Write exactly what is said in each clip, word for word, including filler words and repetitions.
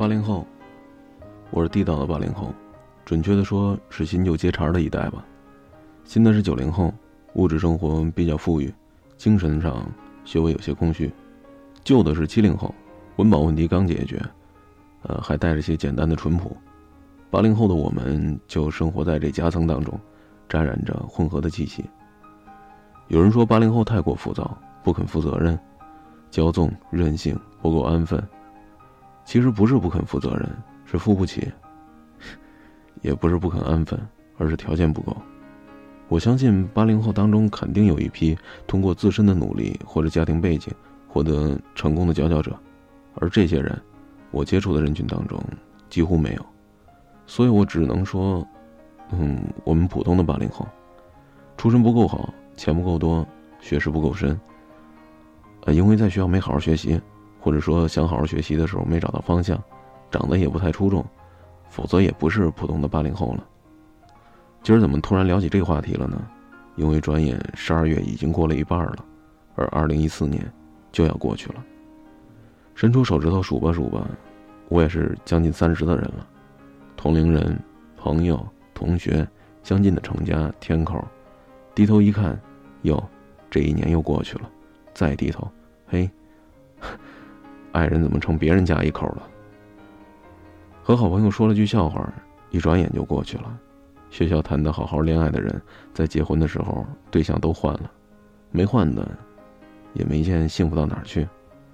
八零后，我是地道的八零后，准确的说是新旧接茬的一代吧。新的是九零后，物质生活比较富裕，精神上稍微有些空虚。旧的是七零后，温饱问题刚解决，呃，还带着些简单的淳朴。八零后的我们就生活在这夹层当中，沾染着混合的气息。有人说八零后太过浮躁，不肯负责任，骄纵任性，不够安分。其实不是不肯负责任，是付不起，也不是不肯安分，而是条件不够。我相信八零后当中肯定有一批通过自身的努力或者家庭背景获得成功的佼佼者，而这些人我接触的人群当中几乎没有。所以我只能说嗯，我们普通的八零后出身不够好，钱不够多，学识不够深，呃，因为在学校没好好学习，或者说想好好学习的时候没找到方向，长得也不太出众，否则也不是普通的八零后了。今儿怎么突然聊起这个话题了呢？因为转眼十二月已经过了一半了，而二零一四年就要过去了。伸出手指头数吧数吧，我也是将近三十的人了。同龄人、朋友、同学相近的成家添口，低头一看，哟，这一年又过去了。再低头，嘿，爱人怎么成别人家一口了？和好朋友说了句笑话，一转眼就过去了。学校谈的好好恋爱的人，在结婚的时候对象都换了，没换的也没见幸福到哪儿去。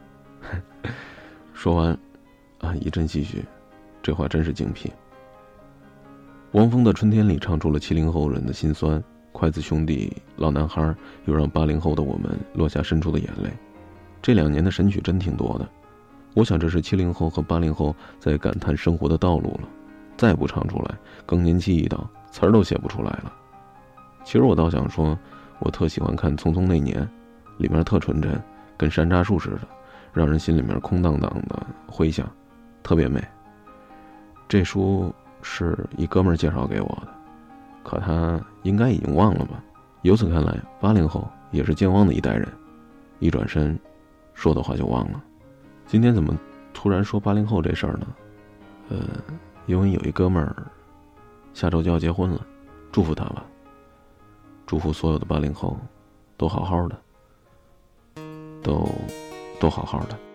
说完啊，一阵唏嘘，这话真是精辟。汪峰的《春天》里唱出了七零后人的心酸，筷子兄弟老男孩又让八零后的我们落下深处的眼泪。这两年的神曲真挺多的，我想这是七零后和八零后在感叹生活的道路了。再不唱出来，更年期一到，词儿都写不出来了。其实我倒想说，我特喜欢看《匆匆那年》，里面特纯真，跟山楂树似的，让人心里面空荡荡的回响，特别美。这书是一哥们儿介绍给我的，可他应该已经忘了吧。由此看来，八零后也是健忘的一代人，一转身说的话就忘了。今天怎么突然说八零后这事儿呢？呃，因为有一哥们儿下周就要结婚了，祝福他吧。祝福所有的八零后都好好的，都都好好的。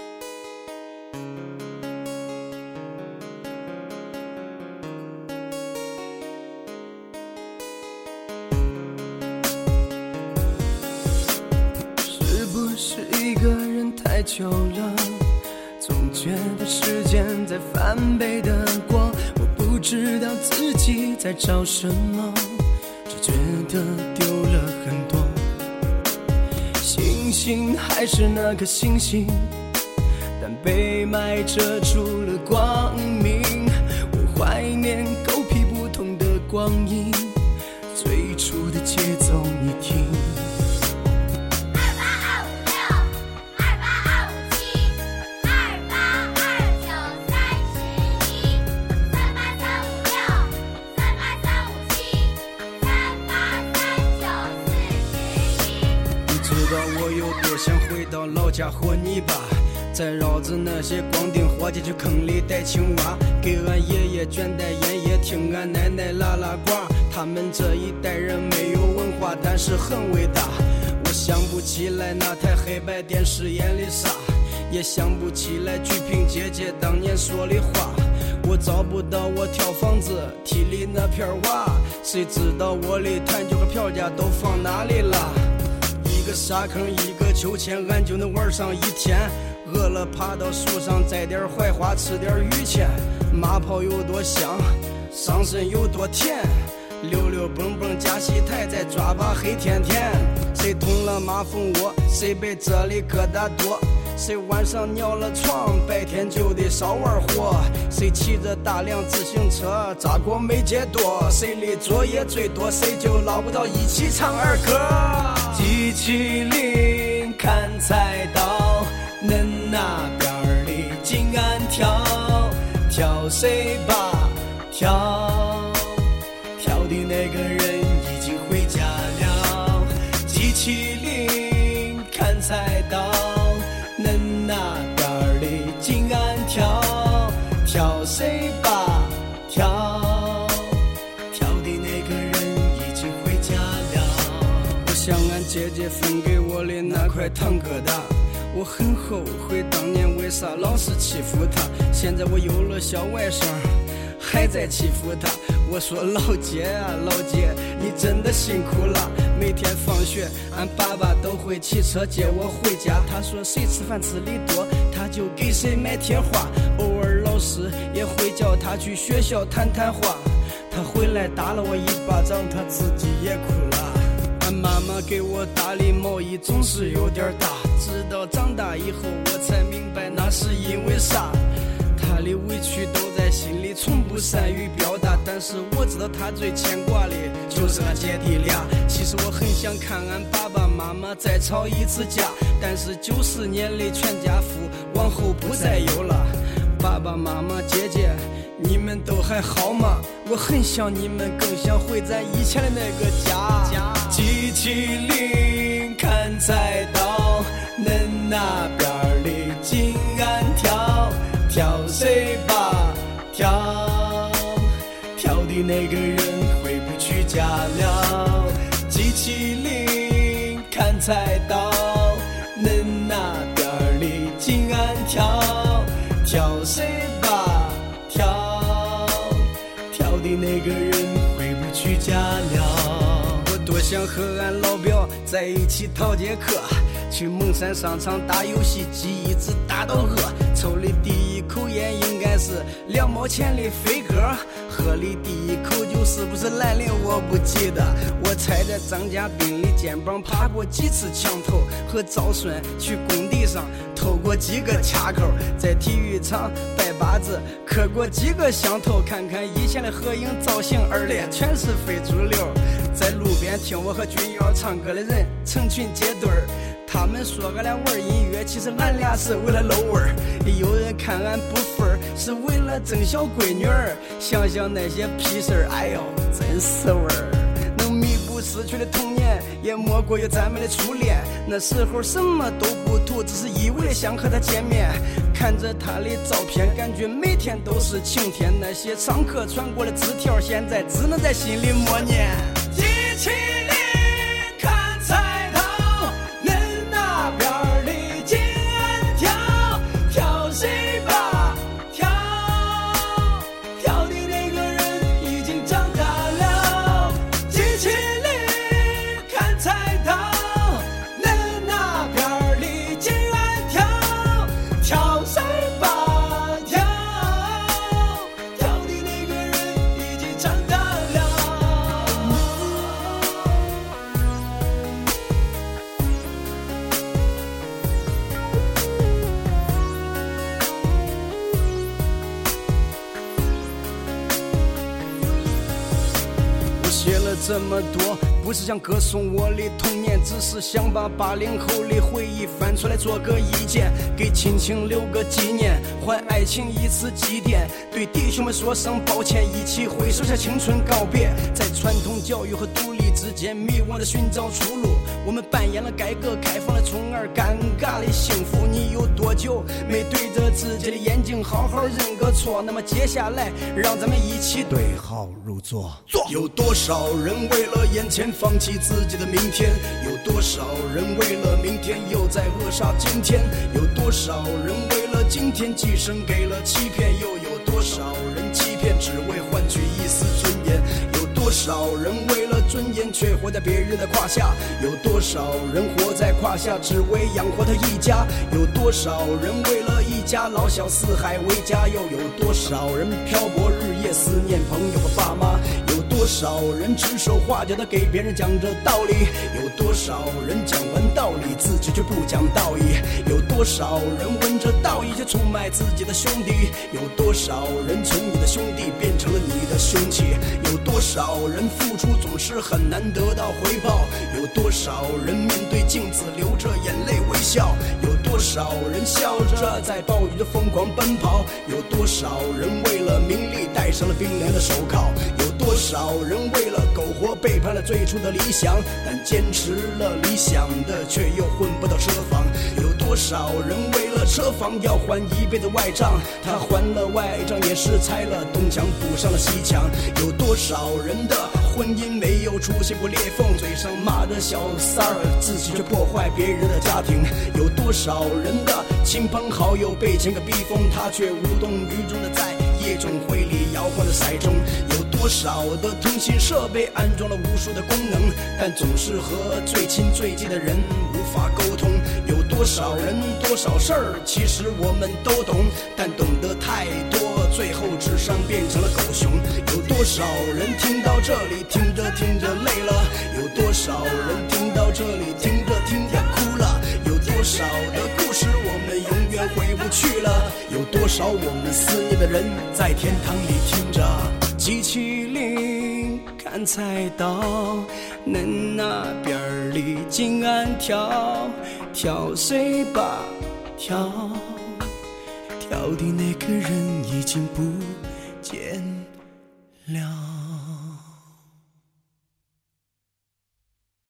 是不是一个人太久了，总觉得时间在翻倍的过，我不知道自己在找什么，只觉得丢了很多。星星还是那颗星星，但被霾遮住了光明。我怀念狗屁不通的光阴，最初的节奏你听。想回到老家和你爸，再绕着那些光腚伙计去坑里逮青蛙，给俺爷爷卷袋烟，也听俺奶奶拉拉呱。他们这一代人没有文化，但是很伟大。我想不起来那台黑白电视演的啥，也想不起来鞠萍姐姐当年说的话。我找不到我挑房子梯里那片瓦，谁知道我的弹球和票价都放哪里了？一个沙坑一个秋千，俺就能玩上一天。饿了爬到树上摘点槐花吃点榆钱，马泡有多香，上身有多甜，溜溜蹦蹦加戏台，再抓把黑甜甜。谁捅了马蜂窝，谁被这里疙瘩多，谁晚上尿了床，白天就得少玩火。谁骑着大辆自行车扎过没结多，谁的作业最多，谁就捞不到一起唱儿歌。机器灵看菜刀，恁那边里紧按跳，跳谁吧跳，跳的那个人已经回家了。机器灵看菜刀，恁那边里紧按跳， 分给我的那块糖疙瘩。我很后悔当年为啥老是欺负他，现在我有了小外甥还在欺负他。我说老姐啊老姐，你真的辛苦了，每天放学俺爸爸都会骑车接我回家。他说谁吃饭吃的多他就给谁买贴画，偶尔老师也会叫他去学校谈谈话。他回来打了我一巴掌，他自己也哭了。俺妈妈给我打的毛衣总是有点大，直到长大以后我才明白那是因为啥。他的委屈都在心里，从不善于表达，但是我知道他最牵挂的就是俺姐弟俩。其实我很想看俺爸爸妈妈再吵一次架，但是九十年的全家福往后不再有了。爸爸妈妈姐姐你们都还好吗？我很想你们，更想回咱以前的那个家。机器灵看菜刀，恁那边的金安跳，跳谁吧跳，跳的那个人回不去家了。机器灵看菜刀，恁那边的金安跳，跳谁吧跳，跳的那个人回不去家了。我多想和俺老表在一起逃节课，去蒙山商场打游戏机一直打到饿，抽的第一口烟应该是两毛钱的飞鸽，喝的第一口酒是不是兰陵我不记得。我踩着张家斌的肩膀爬过几次墙头，和赵顺去工地上偷过几个卡口，在体育场拜把子磕过几个响头，看看以前的合影造型二列全是非主流。在路边听我和君瑶唱歌的人成群结队儿，他们说俺俩玩音乐，其实俺俩是为了露味儿。有人看俺不分儿，是为了争小闺女儿。想想那些屁事儿，哎呦，真是味儿。能弥补失去的童年，也莫过于咱们的初恋。那时候什么都不图，只是一味想和他见面。看着他的照片，感觉每天都是晴天。那些上课传过的字条，现在只能在心里默念。机器灵看菜刀，恁那边的金安跳，跳谁吧跳，跳的那个人已经长大了。机器灵看菜刀，恁那边的金安跳，跳谁吧跳，跳的那个人已经长大了。写了这么多，不是想歌颂我的童年，只是想把八零后的回忆翻出来做个意见，给亲情留个纪念，还爱情一次祭奠，对弟兄们说声抱歉，一起挥手向青春告别。在传统教育和独立之间迷惘的寻找出路，我们扮演了改革开放的宠儿，尴尬的幸福。你有多久没对着自己的眼睛好好认个错？那么接下来让咱们一起对号入座。有多少人为了眼前放弃自己的明天？有多少人为了明天又在扼杀今天？有多少人为了今天寄生给了欺骗？又有多少人欺骗只为换取一丝尊严？有多少人为了尊严却活在别人的胯下？有多少人活在胯下只为养活他一家？有多少人为了一家老小四海为家？又有多少人漂泊日夜思念朋友和爸妈？有多少人指手画脚的给别人讲着道理？有多少人讲完道理自己却不讲道义？有多少人闻着道义却出卖自己的兄弟？有多少人从你的兄弟变成了你的凶器？有多少人付出总是很难得到回报？有多少人面对镜子流着眼泪微笑？有多少人笑着在暴雨中疯狂奔跑？有多少人为了名利戴上了冰凉的手铐？有多少人为了苟活背叛了最初的理想？但坚持了理想的却又混不到车房。有多少人为了车房要还一辈子外账？他还了外账也是拆了东墙补上了西墙。有多少人的婚姻没有出现过裂缝，嘴上骂着小三儿，自己却破坏别人的家庭。有多少人的亲朋好友被前个逼疯，他却无动于衷的在夜总会里摇晃着骰盅。有多少的通信设备安装了无数的功能，但总是和最亲最近的人无法沟通。有多少人多少事儿，其实我们都懂，但懂得太多，最后智商变成了狗熊。有多少人听到这里听着听着累了，有多少人听到这里听着听着哭了，有多少的故事我们永远回不去了，有多少我们思念的人在天堂里听着机器灵看菜刀，恁那边里静安跳跳谁吧跳，跳的那个人已经不